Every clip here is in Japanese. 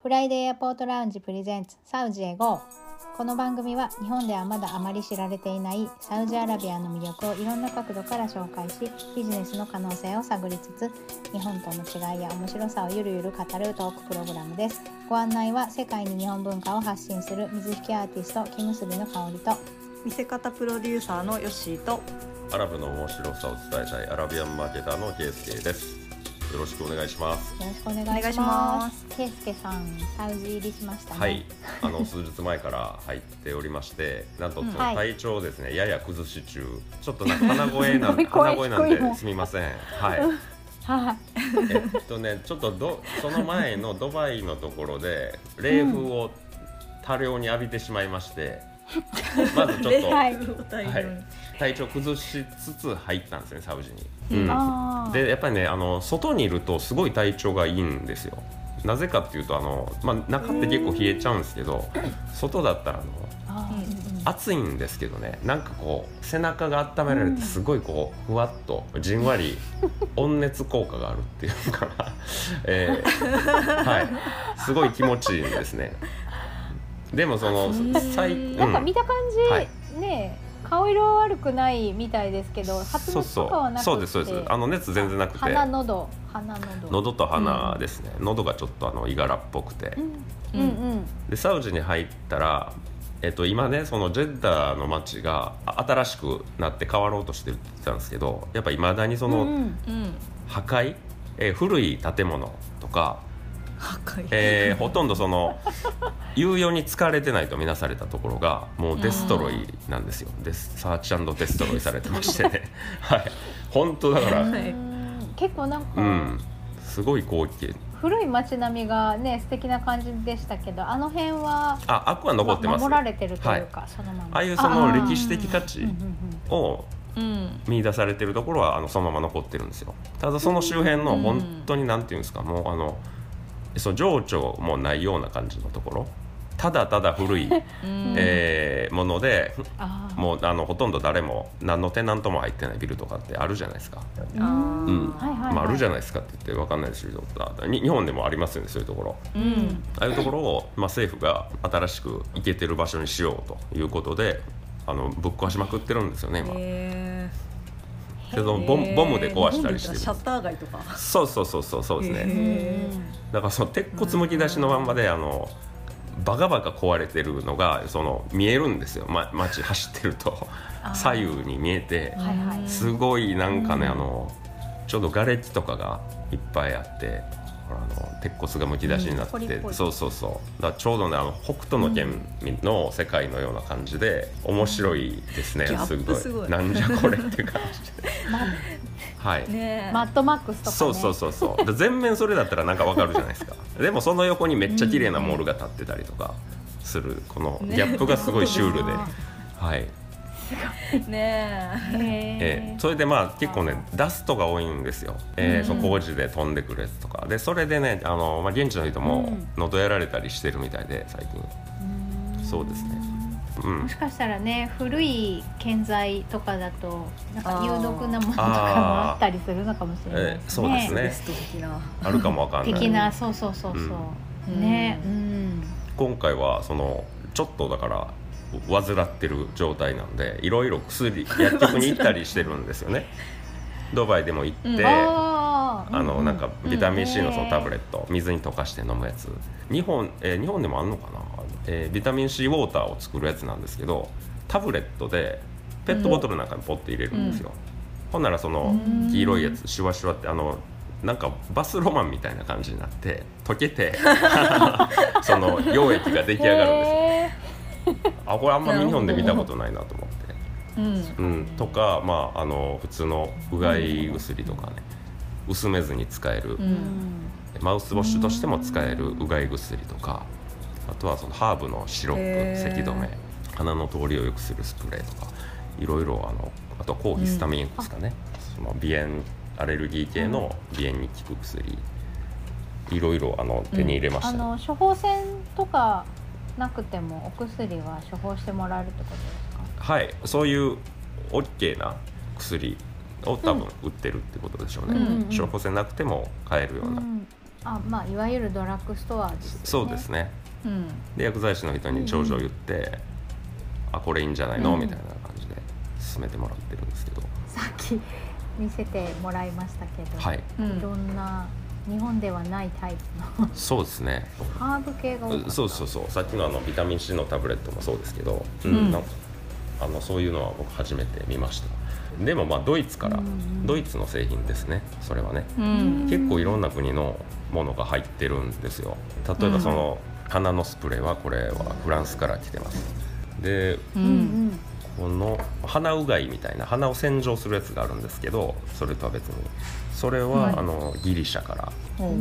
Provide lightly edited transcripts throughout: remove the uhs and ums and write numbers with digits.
フライデーエアポートラウンジプレゼンツサウジへ GO。 この番組は日本ではまだあまり知られていないサウジアラビアの魅力をいろんな角度から紹介し、ビジネスの可能性を探りつつ、日本との違いや面白さをゆるゆる語るトークプログラムです。ご案内は世界に日本文化を発信する水引アーティスト木結びの香りと、 見せ方プロデューサーのヨッシーと、 アラブの面白さを伝えたいアラビアンマーケターのケイスケです。よろしくお願いします。 よろしくお願いします。ケイスケさん、サウジ入りしましたね。 はい、数日前から入っておりましてなんと体調をですね、やや崩し中。ちょっと鼻声なんですみません。はい。ちょっとその前のドバイのところで冷風を多量に浴びてしまいまして、まずちょっと、体調崩しつつ入ったんですね、サウジに。でやっぱりね、外にいるとすごい体調がいいんですよ。なぜかっていうと中って結構冷えちゃうんですけど、外だったら暑いんですけどね、なんかこう背中が温められてすごいこうふわっとじんわり温熱効果があるっていうのかな、はい、すごい気持ちいいんですね。でもなんか見た感じ、ね、顔色悪くないみたいですけど、発熱とかはなくて。 そうです。熱全然なくて、喉と鼻ですね。喉がちょっといがらっぽくて、でサウジに入ったら、今ね、そのジェッダの街が新しくなって変わろうとしてるって言ってたんですけど、やっぱ未だにその破壊、古い建物とか、ほとんどその猶予に使われてないとみなされたところがもうデストロイなんですよ。サーチ&デストロイされてましてねはい、本当だから、 結構なんか、 すごい光景、 古い街並みがね素敵な感じでしたけど、あの辺はアクは残ってます。 守られてるというか、そのままああいうその歴史的価値を見出されてるところはそのまま残ってるんですよ。ただその周辺の本当になんていうんですか、もう情緒もないような感じのところ、ただただ古い、もので、もうほとんど誰も何のテナントも入ってないビルとかってあるじゃないですか。あるじゃないですかって言って分かんないですけど、日本でもありますよね、そういうところ。ああいうところを、政府が新しく行けてる場所にしようということでぶっ壊しまくってるんですよね、今。けどボムで壊したりしてる。 シャッター街とか。 そうですね。だからその鉄骨むき出しのまんまでバカバカ壊れてるのが見えるんですよ、街走ってると左右に見えて、すごいなんかね、ちょうど瓦礫とかがいっぱいあって、鉄骨がむき出しになって、だからちょうどね、北斗の拳の世界のような感じで面白いですね。すごいなんじゃこれって感じではい、 マッドマックスとかね。 そう全面それだったらなんかわかるじゃないですかでもその横にめっちゃ綺麗なモールが建ってたりとかする、このギャップがすごいシュールで、はいそれで結構ねダストが多いんですよ。その工事で飛んでくるやつとかで、それでね現地の人も喉やられたりしてるみたいで、最近。そうですね。 もしかしたらね、古い建材とかだとなんか有毒なものとかもあったりするのかもしれないですね。 そうですね。あるかもわかんない。 的な、そうね。 今回はちょっとだから患ってる状態なんで、いろいろ薬薬局に行ったりしてるんですよねドバイでも行って、なんかビタミン C のそのタブレット、水に溶かして飲むやつ、日本でもあんのかな、ビタミン C ウォーターを作るやつなんですけど、タブレットでペットボトルなんかにポッて入れるんですよ。ほんならその黄色いやつシュワシュワってなんかバスロマンみたいな感じになって溶けてその溶液が出来上がるんですよ。これあんま日本で見たことないなと思って、とか、普通のうがい薬とかね、薄めずに使える、マウスウォッシュとしても使えるうがい薬とか、あとはそのハーブのシロップ、咳止め、鼻の通りを良くするスプレーとか、いろいろあとは抗ヒスタミンですかね、その鼻炎アレルギー系の鼻炎に効く薬、いろいろ手に入れました、ね。 処方箋とかなくてもお薬は処方してもらえるってことですか？ はい、そういう OK な薬を多分売ってるってことでしょうね。処方箋なくても買えるようなまあいわゆるドラッグストアですね。 そうですね。 うんで薬剤師の人に症状を言って、これいいんじゃないの、みたいな感じで勧めてもらってるんですけど、 さっき見せてもらいましたけど、 はい、 いろんな日本ではないタイプのそうですね。 ハーブ系が多かった。 そうさっきのビタミン C のタブレットもそうですけど、なんかそういうのは僕初めて見ました。でもまあドイツの製品ですね、それはね、結構いろんな国のものが入ってるんですよ。例えばその鼻のスプレーはこれはフランスから来てます。で、この鼻うがいみたいな鼻を洗浄するやつがあるんですけど、それとは別にそれは、ギリシャから、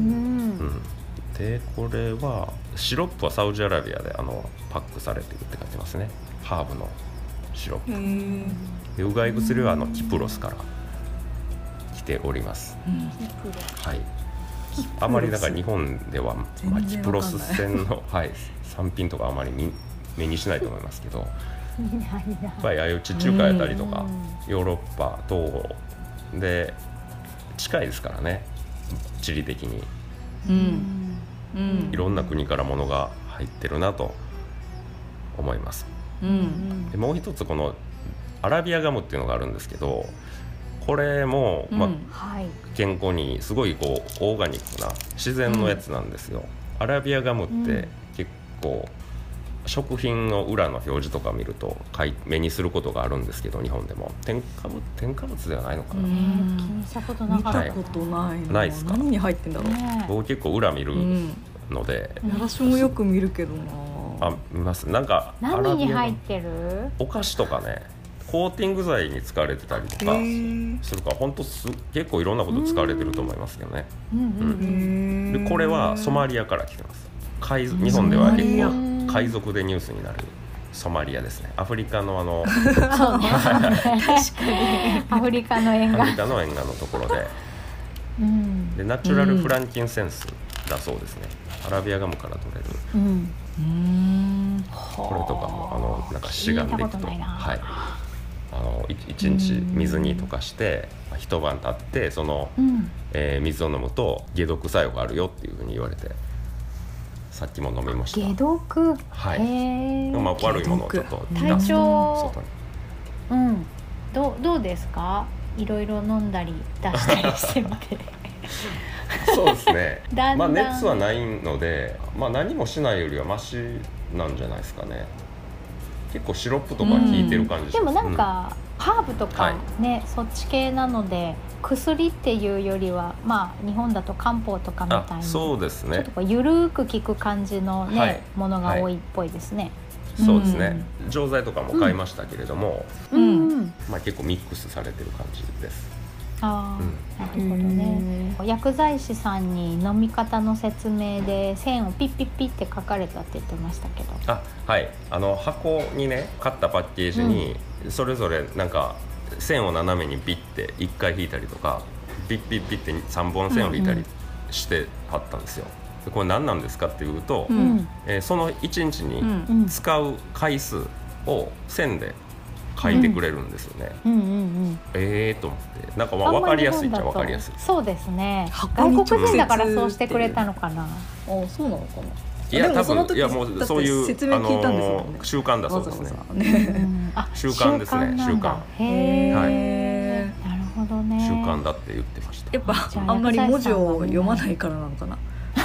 でこれはシロップはサウジアラビアでパックされてるって書いてますね。ハーブのシロップで、うがい薬はキプロスから来ております、はい。あまりだから日本では、キプロス製の、産品とかあまり目にしないと思いますけど、やっぱりああいう地中海あたりとかヨーロッパ東欧で近いですからね、地理的に、いろんな国から物が入ってるなと思います、でもう一つこのアラビアガムっていうのがあるんですけど、これも、健康にすごいこうオーガニックな自然のやつなんですよ、アラビアガムって結構食品の裏の表示とか見ると目にすることがあるんですけど、日本でも添加物ではないのかな、 気にしたことなかった。 見たことないな。 ないですか。 何に入ってんだろう、 僕結構裏見るので、 私もよく見るけどな。 見ます。なんか何に入ってる？ お菓子とかね、コーティング剤に使われてたりとかするから、本当結構いろんなこと使われてると思いますけどね、でこれはソマリアから来てます。日本では結構海賊でニュースになるソマリアですね。アフリカのそうね、確かにアフリカの沿岸のところで、でナチュラルフランキンセンスだそうですね。アラビアガムから取れる、これとかもなんか志願でいくと、1日水に溶かして一晩経ってその、水を飲むと解毒作用があるよっていうふうに言われて、さっきも飲みました。 解毒、 悪いものをちょっと体調外に、 どうですか？いろいろ飲んだり出したりしてみてそうですねだんだん熱はないので、何もしないよりはマシなんじゃないですかね。結構シロップとか効いてる感じします。 でもなんか、ハーブとかね、そっち系なので薬っていうよりは、日本だと漢方とかみたいにそうですね、 ちょっとこうゆるく効く感じのね、ものが多いっぽいですね。 そうですね、錠剤とかも買いましたけれども、結構ミックスされてる感じです。 なるほどね。薬剤師さんに飲み方の説明で線をピッピッピッって書かれたって言ってましたけど、 箱にね、買ったパッケージにそれぞれなんか線を斜めにビッて1回引いたりとか、ピッピッピッって3本線を引いたりしてはったんですよ。でこれ何なんですかっていうと、その1日に使う回数を線で書いてくれるんですよね。と思って、なんか分かりやすいっちゃ分かりやすい。 そうですね。外国人だからそうしてくれたのかな。 そうなのかな。 いや多分もうそういう説明聞いたんですよね。 習慣だそうですね。習慣ですね。習慣。 なるほどね。 習慣だって言ってました。 やっぱあんまり文字を読まないからなのかな。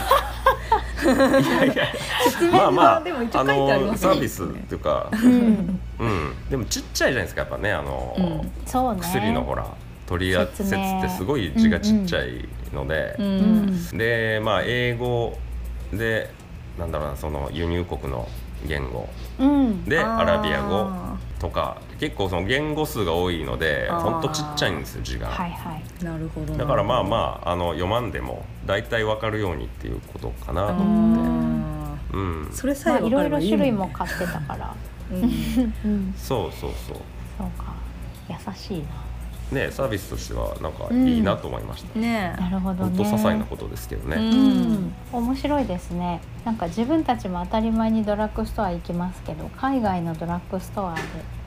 説明がでも一応書いてありますね。 サービスっていうか、でもちっちゃいじゃないですか、やっぱね、薬のほら取説ってすごい字がちっちゃいので、で英語でなんだろうな、その輸入国の言語でアラビア語とか、結構その言語数が多いのでほんとちっちゃいんですよ、字が。 なるほど。 だから読まんでも大体わかるようにっていうことかなと思って、 それさえいろいろ種類も買ってたからそうか、優しいなね。サービスとしてはなんかいいなと思いました。 なるほどね。 本当些細なことですけどね。 面白いですね。なんか自分たちも当たり前にドラッグストア行きますけど、海外のドラッグストアで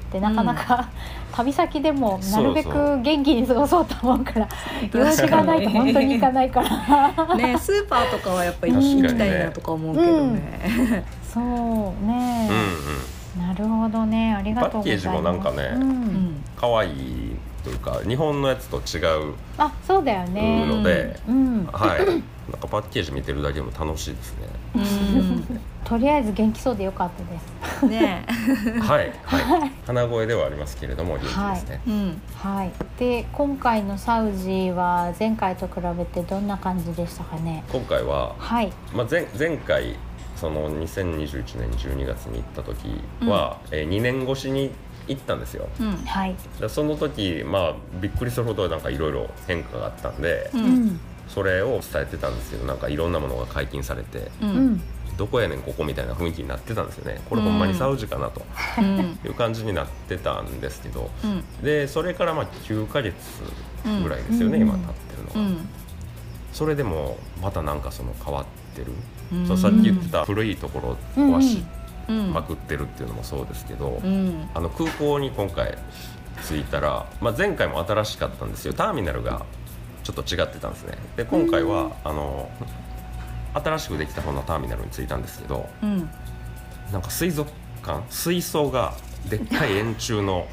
ってなかなか、旅先でもなるべく元気に過ごそうと思うから用事がないと本当に行かないからね、スーパーとかはやっぱり行きたいなとか思うけどね、 そうね、なるほどね、ありがとうございます。 パッケージもなんかね、可愛いというか日本のやつと違うそうだよねので、はい、なんかパッケージ見てるだけでも楽しいですね。 とりあえず元気そうでよかったですね。 はい、鼻声ではありますけれども元気ですね。 はい、で今回のサウジは前回と比べてどんな感じでしたかね。 今回は、前回その2021年12月に行った時は、2年越しに行ったんですよ。でその時びっくりするほどなんかいろいろ変化があったんで、それを伝えてたんですけど、なんかいろんなものが解禁されて、どこやねんここみたいな雰囲気になってたんですよね。これほんまにサウジかなという感じになってたんですけど、でそれから9ヶ月ぐらいですよね、今経ってるのが。それでもまたなんかその変わってる、さっき言ってた古いところを壊しまくってるっていうのもそうですけど、空港に今回着いたら、前回も新しかったんですよ。ターミナルがちょっと違ってたんですね。で今回は新しくできた方のターミナルに着いたんですけど、なんか水族館、水槽がでっかい円柱の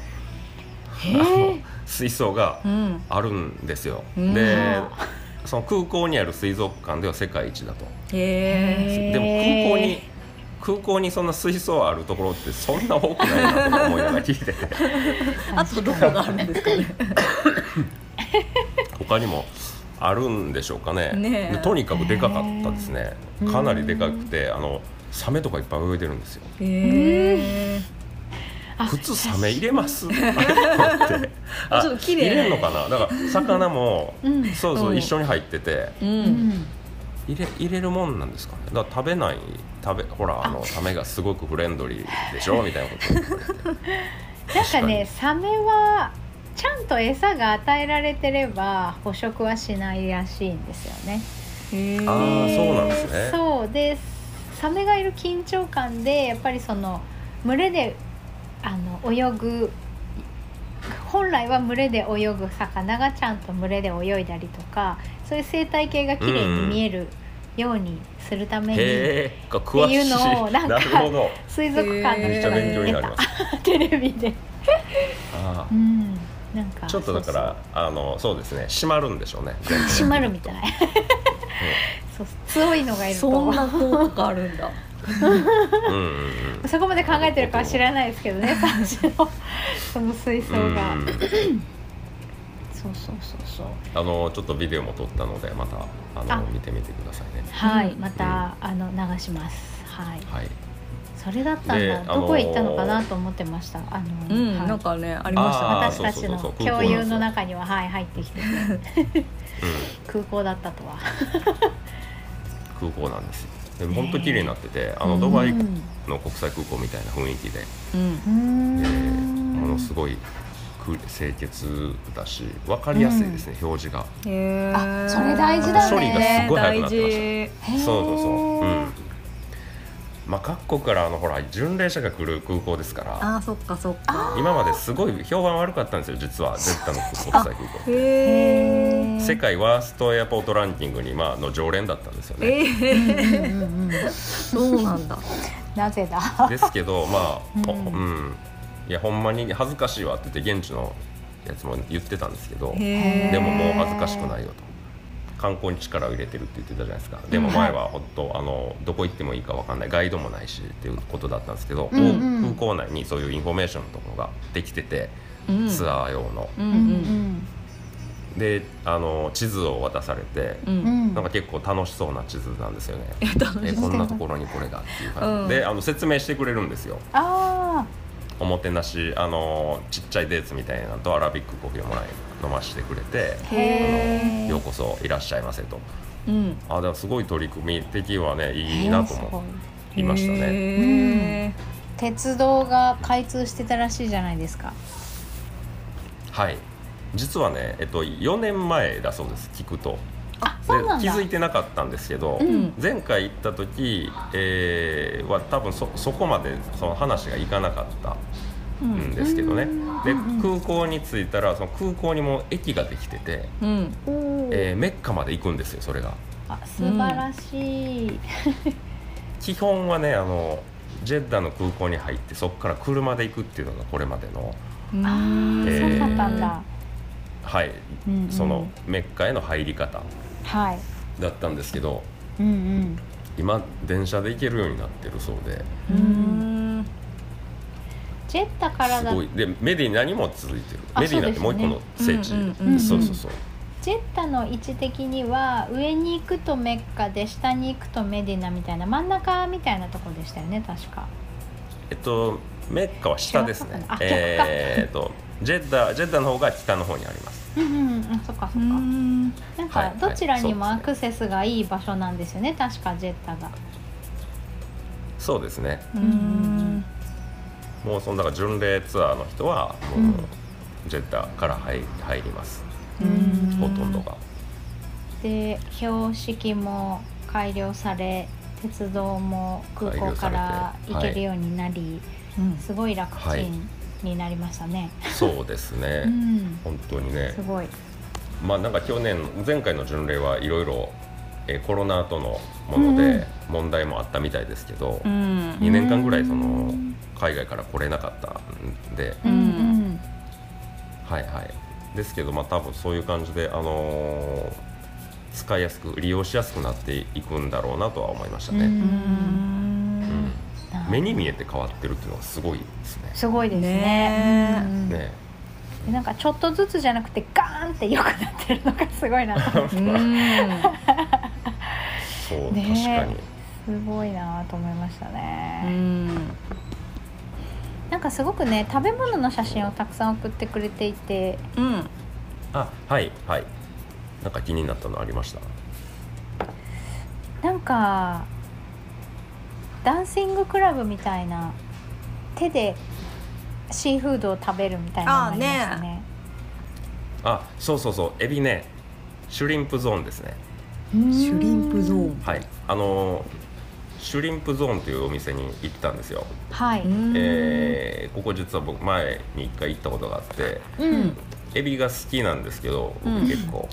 水槽があるんですよ。でその空港にある水族館では世界一だと。でも空港にそんな水槽あるところってそんな多くないなとか思いながら聞いててあとどこがあるんですかね他にもあるんでしょうかね。でとにかくでかかったですね。かなりでかくてサメとかいっぱい泳いでるんですよ。普通サメ入れますってちょっと綺麗入れるのかな。だから魚もそう一緒に入ってて、入れるもんなんですかね。だから食べないほらサメがすごくフレンドリーでしょみたいなこと言われてなんかね、サメはちゃんと餌が与えられてれば捕食はしないらしいんですよね。 そうなんですね。 そうで、サメがいる緊張感でやっぱりその群れで泳ぐ、本来は群れで泳ぐ魚がちゃんと群れで泳いだりとか、そういう生態系がきれいに見えるようにするためにっていうのをなんか水族館の人が言ってたテレビでなんかちょっとだからそうですね、閉まるんでしょうね。 閉まるみたいそう、強いのがいるとそんな効果があるんだそこまで考えてるかは知らないですけどね、サウジのその水槽がそうちょっとビデオも撮ったのでまた見てみてくださいね。 はい、また流します。はい、それだったんだ。どこへ行ったのかなと思ってました。 なんかねありました。 私たちの共有の中には入ってきてて空港だったとは空港なんですよ。でも本当綺麗になってて、ドバイの国際空港みたいな雰囲気で、ものすごい清潔だし分かりやすいですね、表示が。 それ大事だね。 処理がすごい早くなってました。そう、各国からほら巡礼者が来る空港ですから。 そっかそっか。 今まですごい評判悪かったんですよ、実はジェッタの国際空港。世界ワーストエアポートランキングにの常連だったんですよね。 そうなんだ。 なぜだ。 ですけどいやほんまに恥ずかしいわって言って現地のやつも言ってたんですけど、でももう恥ずかしくないよと、観光に力を入れてるって言ってたじゃないですか。でも前は本当どこ行ってもいいか分かんない、ガイドもないしっていうことだったんですけど、空港内にそういうインフォメーションのところができてて、ツアー用の、で地図を渡されて、なんか結構楽しそうな地図なんですよね。こんなところにこれがっていう感じで、説明してくれるんですよ。おもてなしちっちゃいデーツみたいなのとアラビックコーヒーを飲ましてくれて、ようこそいらっしゃいませと。だからすごい取り組み的はねいいなと思いましたね。 鉄道が開通してたらしいじゃないですか。 はい、実はね、4年前だそうです、聞くと。気づいてなかったんですけど、前回行った時、は多分そこまでその話がいかなかったんですけどね、でうんうん空港に着いたらその空港にも駅ができてて、 うんおーメッカまで行くんですよそれが。 あ、素晴らしい。 基本はねジェッダの空港に入ってそこから車で行くっていうのがこれまでの、 あー、そうだったんだ。 はい、 うんうんそのメッカへの入り方はい。 だったんですけど、 うんうん。 今電車で行けるようになってるそうで、 うんジェッタからだ。 すごい。でメディナにも続いてる。 あメディナってもう一個の聖地、 そうですよねそうそうそう。 ジェッタの位置的には上に行くとメッカで下に行くとメディナみたいな真ん中みたいなところでしたよね確か。 メッカは下ですね。 あジェッダの方が北の方にあります。 うんうんうん、そっかそっか。なんかはいどちらにもはいアクセスがいい場所なんですよね、確かジェッタが。 そうですね。 うんもうそのだから巡礼ツアーの人はもう、 うんジェッダから入ります。 うんほとんどが。 で標識も改良され鉄道も空港から行けるようになり、すごい楽ちんになりましたね。 そうですね。 うん本当にねす。ごい。 まあなんか前回の巡礼はいろいろコロナ後のもので問題もあったみたいですけど、2年間ぐらいその海外から来れなかったんで、 うんうんはいはいですけど、まあ多分そういう感じで使いやすく利用しやすくなっていくんだろうなとは思いましたね。うん目に見えて変わってるっていうのがすごいですね。 すごいですね。 ねうんねでなんかちょっとずつじゃなくてガーンって良くなってるのがすごいなと思ってそう、 ね確かに。 すごいなと思いましたね。なんかすごくね食べ物の写真をたくさん送ってくれていて、 あ、はいはい。なんか気になったのありました。 なんかダンシングクラブみたいな手でシーフードを食べるみたいなのがありましたね。 あ、そうそうそう、エビね、シュリンプゾーンですね。 シュリンプゾーン。 はい、シュリンプゾーンというお店に行ったんですよ。 はい。 ここ実は僕前に1回行ったことがあって、 うんエビが好きなんですけど、僕結構、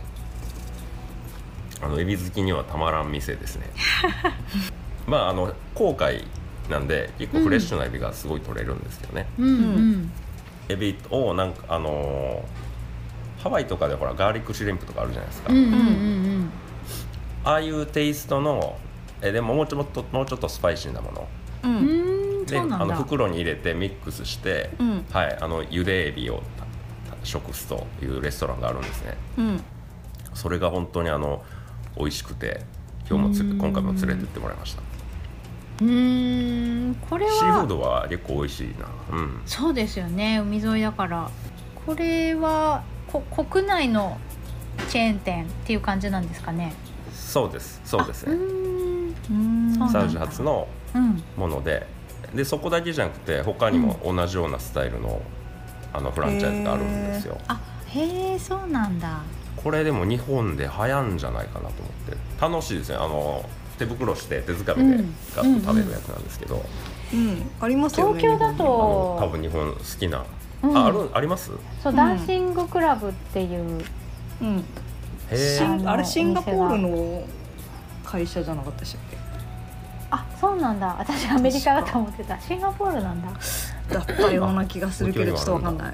エビ好きにはたまらん店ですね。まあ航海なんで結構フレッシュなエビがすごい取れるんですけどね。 うんうんエビをなんかハワイとかでほらガーリックシュリンプとかあるじゃないですか。 うんうんうんああいうテイストのでももうちょっとスパイシーなものうんでそうなんだ。 袋に入れてミックスして、はいゆでエビを食すというレストランがあるんですね。それが本当に美味しくて今回も連れてってもらいました。 これはシーフードは結構美味しいな。 そうですよね、海沿いだから。これは国内のチェーン店っていう感じなんですかね。 そうですそうですね。 そうなんだサウジ発のもので、そこだけじゃなくて他にも同じようなスタイルのフランチャイズがあるんですよ。 あ、へえ、そうなんだ。 これでも日本で流行んじゃないかなと思って楽しいですね。手袋して手づかみでガッと食べるやつなんですけど、 ありますよね。 東京だと多分日本好きな、あります。 そう、ダンシングクラブっていう、 へーあれシンガポールの会社じゃなかったでしたっけ？ あ、そうなんだ。私アメリカだと思ってた。シンガポールなんだ。 だったような気がするけどちょっとわかんない。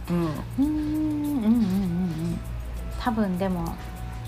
多分でも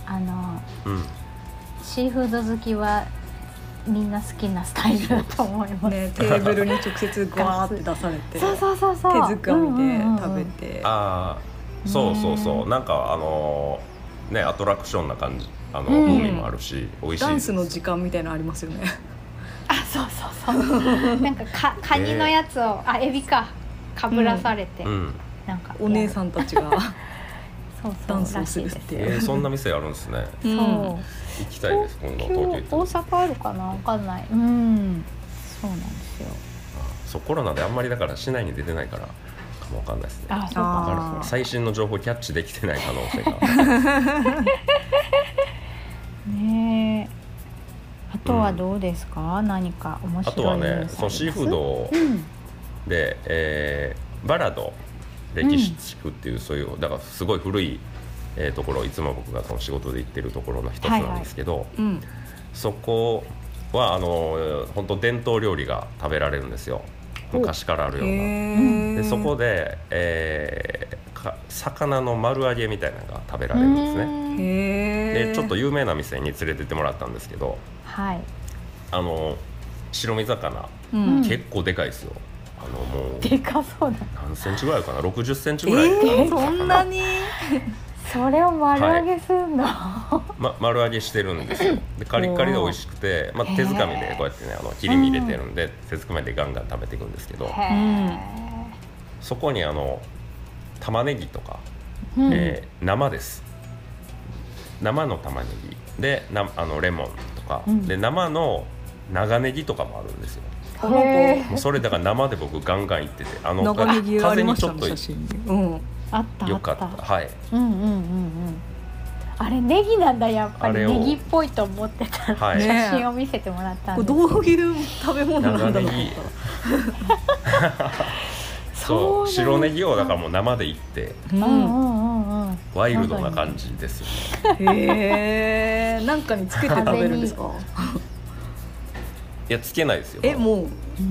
シーフード好きはみんな好きなスタイルだと思います。 ね、テーブルに直接ゴワーって出されて、 そうそうそうそう。 手づかみで食べて、 そうそうそう、なんかねアトラクションな感じ風味もあるし、美味しいです。 ダンスの時間みたいなのありますよね。 あ、そうそうそうなんかカニのやつをエビかぶらされて、なんかお姉さんたちがそうダンスをするっていう。 そんな店あるんですね。 そう、 行きたいです。今度東京行った大阪あるかな、わかんない。そうなんですよ。 そう、コロナであんまりだから市内に出てないからかもわかんないですね。 そうか。 最新の情報キャッチできてない可能性がねえ。あとはどうですか、何か面白いニュースあります？ あとはね、そのシーフードで、 バラド歴史地区っていう、そういうだからすごい古い、ところ、いつも僕がその仕事で行ってるところの一つなんですけど、そこは本当伝統料理が食べられるんですよ。昔からあるような。でそこで、魚の丸揚げみたいなのが食べられるんですね。でちょっと有名な店に連れてってもらったんですけど、 はい、 白身魚、結構でかいですよ。もうでかそうだ。 何センチぐらいかな、60センチぐらい、 そんなにそれを丸揚げするの、 丸揚げしてるんですよ。でカリッカリで美味しくて、手づかみでこうやってね切り身入れてるんで、手づかみでガンガン食べていくんですけど、そこに玉ねぎとか、生です。生の玉ねぎでレモンとか、で生の長ネギとかもあるんですよ。もうそれだから生で僕ガンガンいってて、 長ネギありましたね、 風に写真に。 あったよかった。はい。 あれネギなんだ、やっぱりネギっぽいと思ってたら、写真を見せてもらったんです。 どういう食べ物なんだろう。 そう、白ネギをだからもう生でいって、ワイルドな感じですよね。なんかにつけて食べるんですか？ いや、つけないですよ。 もう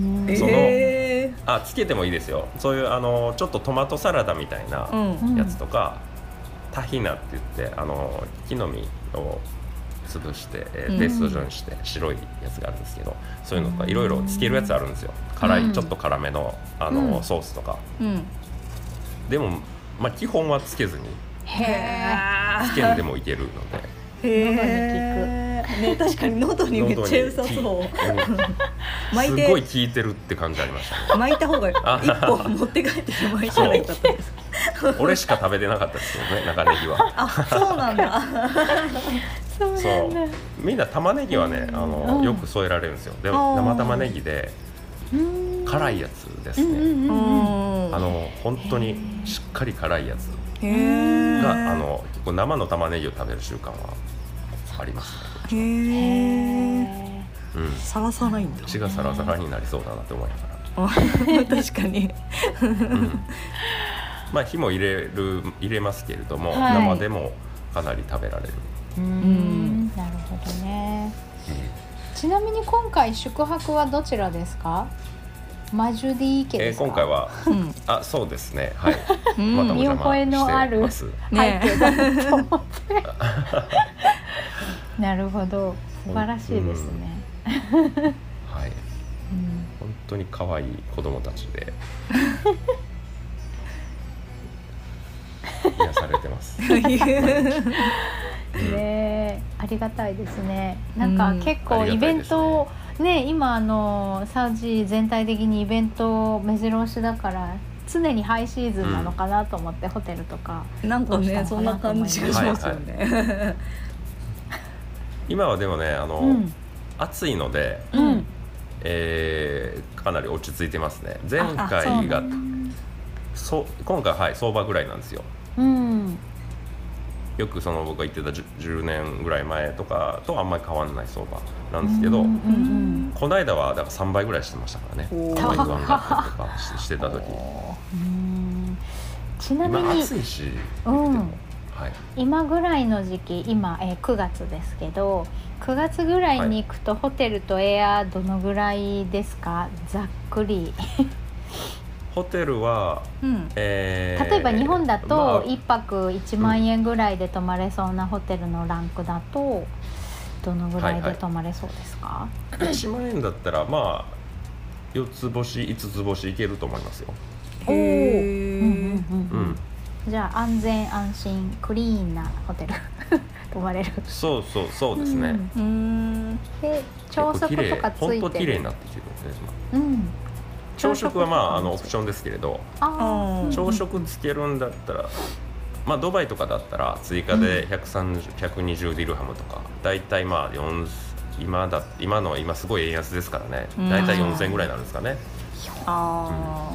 つけてもいいですよ。そういうちょっとトマトサラダみたいなやつとか、タヒナって言って木の実を潰してペースト状にして白いやつがあるんですけど、そういうのとかいろいろつけるやつあるんですよ。辛い、ちょっと辛めのソースとか。でも基本はつけずに、つけんでもいけるので。 ね、確かに喉にめっちゃ良さそう。 すごい効いてるって感じありましたね。 巻いた方が一本持って帰って巻いたらよかったです。 俺しか食べてなかったですよね、長ネギは。 そうなんだ。 そう、みんな玉ねぎはねよく添えられるんですよ。でも生玉ねぎで辛いやつですね。本当にしっかり辛いやつが結構生の玉ねぎを食べる習慣はありますね。 サラサラいんだ。 血がサラサラになりそうだなって思いながら。確かに。 火も入れますけれども、生でもかなり食べられる。 なるほどね。ちなみに今回宿泊はどちらですか？マジュディ家ですか？ 今回はそうですね、はい。またお邪魔してます。 背景だと思って。なるほど、素晴らしいですね。 はい。本当に可愛い子供たちで癒されてます。 ありがたいですね。なんか結構イベントね、今サウジ全体的にイベント目白押しだから常にハイシーズンなのかなと思って、ホテルとかなんかね、そんな感じがしますよね。 今はでもね暑いので、かなり落ち着いてますね。前回が今回相場ぐらいなんですよ。よく僕が言ってた10年ぐらい前とかとあんまり変わらない相場なんですけど、この間はだから3倍ぐらいしてましたからね。言わんかったりとかしてた時。 ちなみに今暑いし、 今ぐらいの時期、今、9月ですけど、9月ぐらいに行くとホテルとエアどのぐらいですか？ざっくり。 ホテルは、 例えば日本だと1泊1万円ぐらいで泊まれそうなホテルのランクだとどのぐらいで泊まれそうですか ？1万円だったら4つ星5つ星いけると思いますよ。 じゃあ安全安心クリーンなホテル泊まれる。 そうですね。 で朝食とかついてる。 本当綺麗になってきてるんです。朝食はオプションですけれど、朝食つけるんだったらドバイとかだったら追加で120ディルハムとか、だいたい今すごい円安ですからね、だいたい4000円ぐらいになるんですかね。 な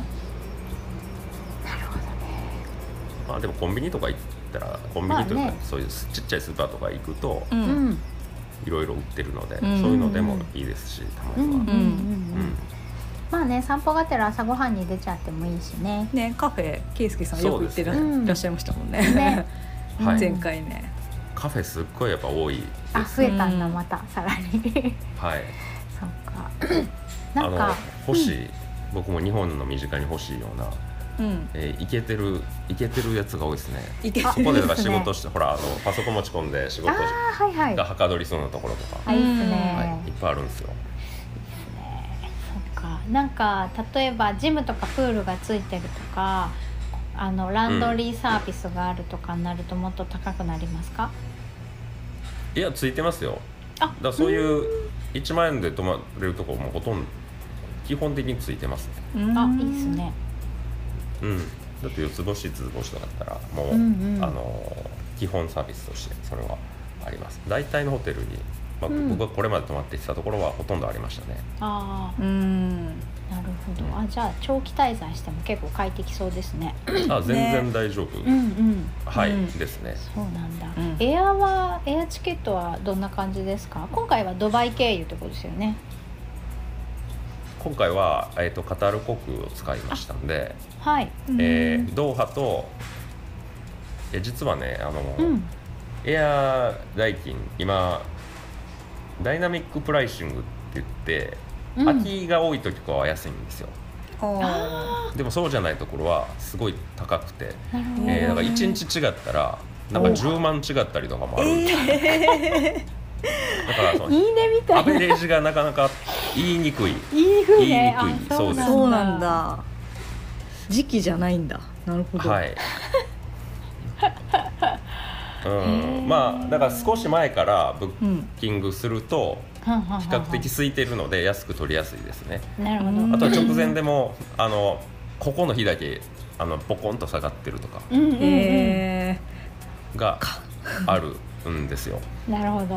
るほどね。 でもコンビニとか行ったら、コンビニというかそういうちっちゃいスーパーとか行くといろいろ売ってるので、そういうのでもいいですし、たまには。 あね、散歩がてら朝ごはんに出ちゃってもいいしね。 ね、カフェ圭介さんよく行ってらっしゃいましたもんね。 ねはい、 前回ね。 カフェすっごいやっぱ多いです。 あ、増えたんだ、またさらに。 はい。 そっか。なんか欲しい、僕も日本の身近に欲しいような、イケてるやつが多いですね。そこでだから仕事して、ほらパソコン持ち込んで仕事がはかどりそうなところとか、 いいですね。 いっぱいあるんですよ。 なんか例えばジムとかプールがついてるとか、ランドリーサービスがあるとかになるともっと高くなりますか？ いや、ついてますよ。だからそういう1万円で泊まれるところもほとんど基本的についてますね。 あ、いいですね。 だって4つ星5つ星とかだったらもう、基本サービスとしてそれはあります。大体のホテルに、僕がこれまで泊まってきたところはほとんどありましたね。 なるほど。じゃあ長期滞在しても結構快適そうですね。 全然大丈夫、ですね。そうなんだ。 エアチケットはどんな感じですか？今回はドバイ経由ってことですよね。 今回は、カタール航空を使いましたんで、ドーハと実はね、エア代金今ダイナミックプライシングって言って、空きが多い時とかは安いんですよ。でもそうじゃないところはすごい高くて、だから1日違ったらなんか10万違ったりとかもあるんで、だからそのアベレージがなかなか言いにくい。 そうなんだ。時期じゃないんだ。なるほど。はい。だから少し前からブッキングすると比較的空いてるので安く取りやすいですね。 なるほど。 あとは直前でもここの日だけポコンと下がってるとかがあるんですよ。 なるほど。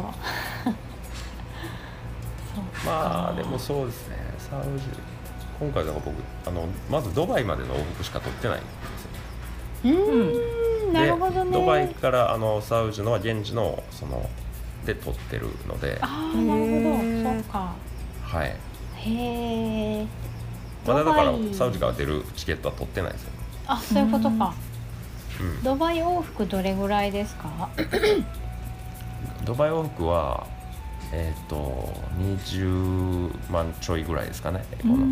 でもそうですね。今回だから僕まずドバイまでの往復しか取ってないんですよ。 なるほどね。 ドバイからサウジのは現地ので取ってるので。 なるほど。そうか。 はい。 へえ。 まだだからサウジから出るチケットは取ってないですよ。 そういうことか。ドバイ往復どれぐらいですか？ ドバイ往復は20万ちょいぐらいですかね。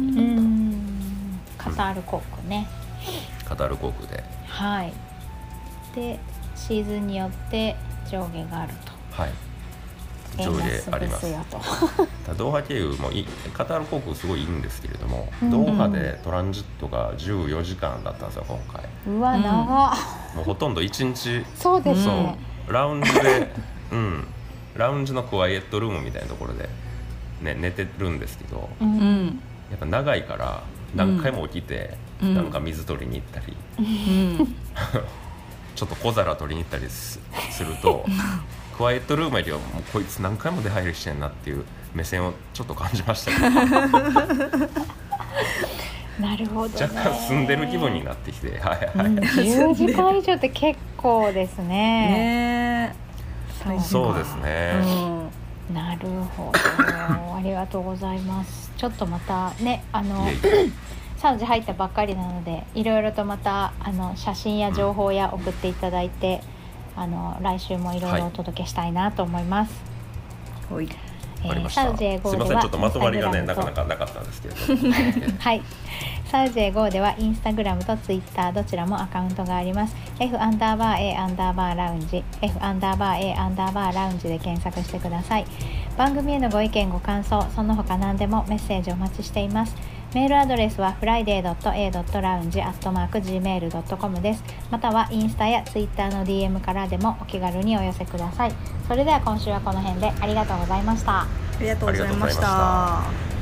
カタール航空ね。 カタール航空で。 はい。でシーズンによって上下があると。 はい。上下あります。ドーハ経由もカタール航空すごいいいんですけれども、ドーハでトランジットが14時間だったんですよ今回。 うわ、長っ。 もうほとんど1日。 そうですね。 ラウンジでラウンジのクワイエットルームみたいなところで、寝てるんですけど、やっぱ長いから何回も起きて、なんか水取りに行ったり、ちょっと小皿取りに行ったりするとクワイエットルームよりはもうこいつ何回も出入りしてんなっていう目線をちょっと感じましたけどなるほど、ね、 若干住んでる気分になってきて、 10時間以上って結構ですね。 そうですね、 なるほどありがとうございます。ちょっとまたねサウジ入ったばっかりなのでいろいろとまた写真や情報や送っていただいて、来週もいろいろお届けしたいなと思います。サウジへ GO ではすいません、 ちょっとまとまりがねなかなかなかったんですけれどはい、サウジへ GO ではインスタグラムとツイッターどちらもアカウントがあります。 F_A_ラウンジ F_A_ラウンジで検索してください。番組へのご意見ご感想その他何でもメッセージお待ちしています。メールアドレスは friday.a.lounge@gmail.com です。またはインスタやツイッターの DM からでもお気軽にお寄せください。それでは今週はこの辺でありがとうございました。 ありがとうございました。